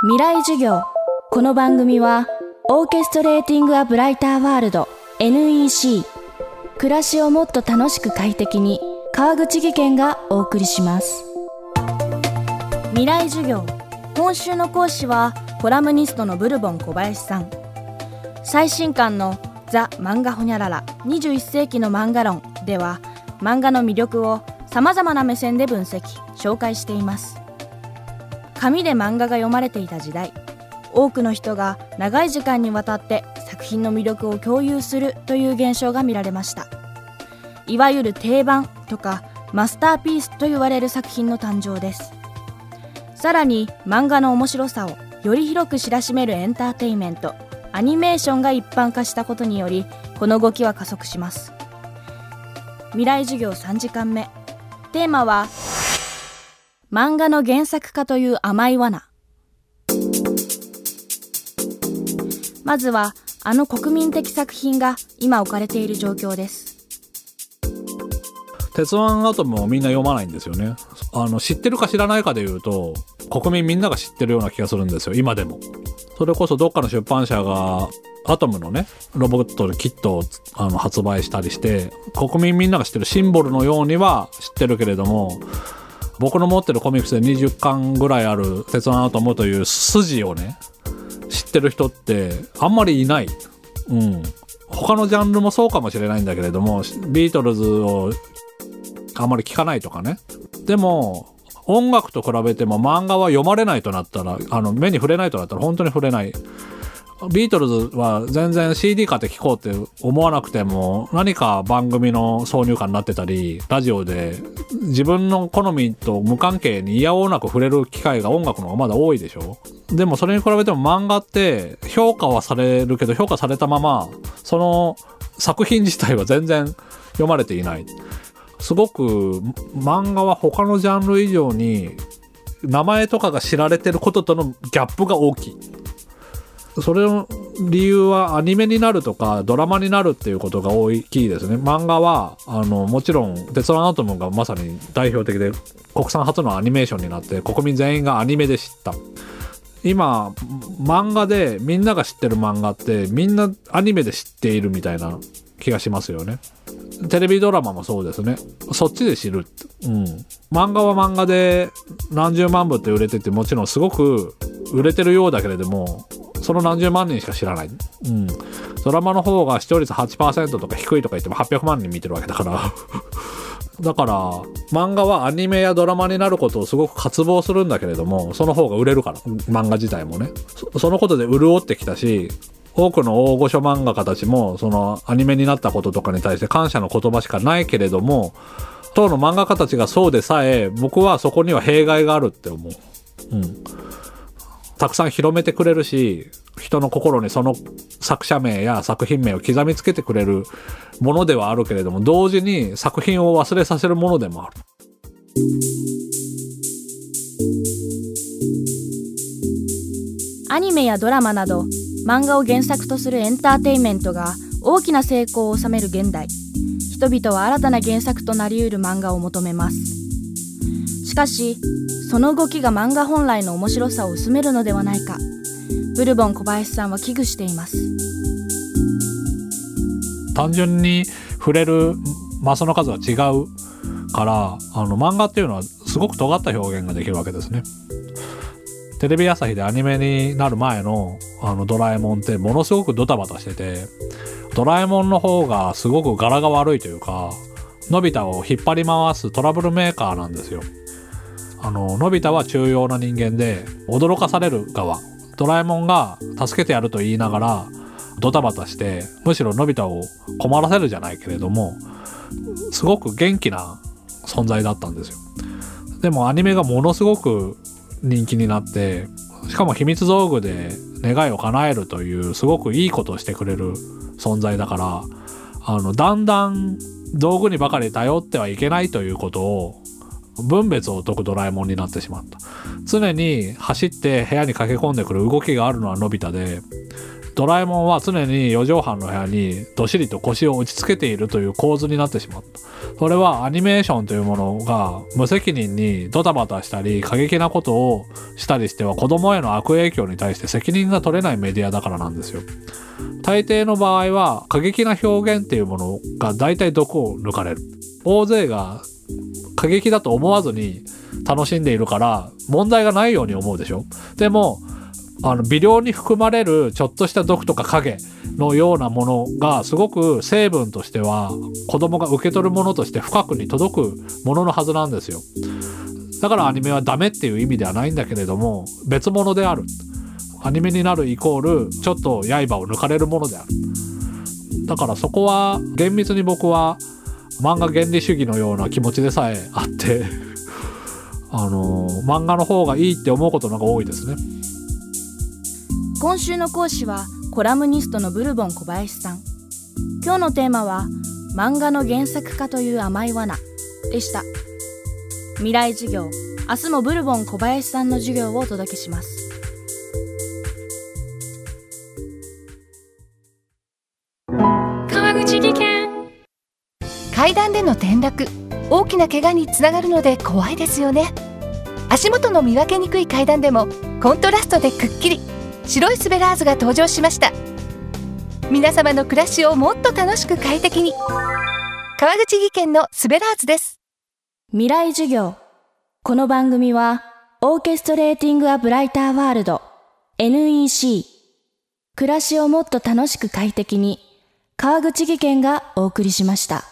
未来授業。この番組はオーケストレーティングアブライターワールド NEC 暮らしをもっと楽しく快適に川口義賢がお送りします。未来授業。今週の講師はコラムニストのブルボン小林さん。最新刊のザ・漫画ホニャララ21世紀の漫画論では漫画の魅力をさまざまな目線で分析紹介しています。紙で漫画が読まれていた時代、多くの人が長い時間にわたって作品の魅力を共有するという現象が見られました。いわゆる定番とかマスターピースと言われる作品の誕生です。さらに漫画の面白さをより広く知らしめるエンターテインメント、アニメーションが一般化したことにより、この動きは加速します。未来授業3時間目。テーマは漫画の原作化という甘い罠。まずはあの国民的作品が今置かれている状況です。 鉄腕アトムをみんな読まないんですよね。知ってるか知らないかでいうと国民みんなが知ってるような気がするんですよ、今でも。それこそどっかの出版社がアトムのねロボットのキットを発売したりして、国民みんなが知ってるシンボルのようには知ってるけれども、僕の持ってるコミックスで20巻ぐらいある鉄腕アトムという筋をね知ってる人ってあんまりいない。他のジャンルもそうかもしれないんだけれども、ビートルズをあんまり聞かないとかね。でも音楽と比べても漫画は読まれないとなったら、目に触れないとなったら本当に触れない。ビートルズは全然 CD 買って聴こうって思わなくても、何か番組の挿入歌になってたり、ラジオで自分の好みと無関係に嫌おうなく触れる機会が音楽の方がまだ多いでしょ。でもそれに比べても漫画って評価はされるけど、評価されたままその作品自体は全然読まれていない。すごく漫画は他のジャンル以上に名前とかが知られてることとのギャップが大きい。それの理由はアニメになるとかドラマになるっていうことが大きいですね。漫画はもちろん鉄腕アトムがまさに代表的で国産初のアニメーションになって国民全員がアニメで知った。今漫画でみんなが知ってる漫画ってみんなアニメで知っているみたいな気がしますよね。テレビドラマもそうですね。そっちで知る。漫画は漫画で何十万部って売れてて、もちろんすごく売れてるようだけれども、その何十万人しか知らない。ドラマの方が視聴率 8% とか低いとか言っても800万人見てるわけだからだから漫画はアニメやドラマになることをすごく渇望するんだけれども、その方が売れるから、漫画自体もね。そのことで潤ってきたし、多くの大御所漫画家たちもそのアニメになったこととかに対して感謝の言葉しかないけれども、当の漫画家たちがそうでさえ僕はそこには弊害があるって思う。たくさん広めてくれるし、人の心にその作者名や作品名を刻みつけてくれるものではあるけれども、同時に作品を忘れさせるものでもある。 アニメやドラマなど漫画を原作とするエンターテインメントが大きな成功を収める現代、人々は新たな原作となり得る漫画を求めます。しかしその動きが漫画本来の面白さを薄めるのではないか、ブルボン小林さんは危惧しています。 単純に触れるマスの数が違うから漫画っていうのはすごく尖った表現ができるわけですね。テレビ朝日でアニメになる前のドラえもんってものすごくドタバタしてて、ドラえもんの方がすごく柄が悪いというか、のび太を引っ張り回すトラブルメーカーなんですよ。のび太は重要な人間で驚かされる側、ドラえもんが助けてやると言いながらドタバタして、むしろのび太を困らせるじゃないけれども、すごく元気な存在だったんですよ。でもアニメがものすごく人気になって、しかも秘密道具で願いを叶えるというすごくいいことをしてくれる存在だから、だんだん道具にばかり頼ってはいけないということを分別を解くドラえもんになってしまった。常に走って部屋に駆け込んでくる動きがあるのはのび太で、 ドラえもんは常に4畳半の部屋にどっしりと腰を打ちつけているという構図になってしまった。それはアニメーションというものが無責任にドタバタしたり過激なことをしたりしては子供への悪影響に対して責任が取れないメディアだからなんですよ。大抵の場合は過激な表現っていうものが大体毒を抜かれる。大勢が過激だと思わずに楽しんでいるから問題がないように思うでしょ。でも微量に含まれるちょっとした毒とか影のようなものがすごく成分としては子供が受け取るものとして深くに届くもののはずなんですよ。だからアニメはダメっていう意味ではないんだけれども別物である。アニメになるイコールちょっと刃を抜かれるものである。だからそこは厳密に僕は漫画原理主義のような気持ちでさえあって漫画の方がいいって思うことの方が多いですね。 今週の講師はコラムニストのブルボン小林さん。今日のテーマは漫画の原作化という甘い罠でした。未来授業、明日もブルボン小林さんの授業をお届けします。 川口技研。 階段での転落、大きな怪我につながるので怖いですよね。足元の見分けにくい階段でもコントラストでくっきり白いスベラーズが登場しました。皆様の暮らしをもっと楽しく快適に、川口技研のスベラーズです。 未来授業。この番組はオーケストレーティングアブライターワールド NEC 暮らしをもっと楽しく快適に川口技研がお送りしました。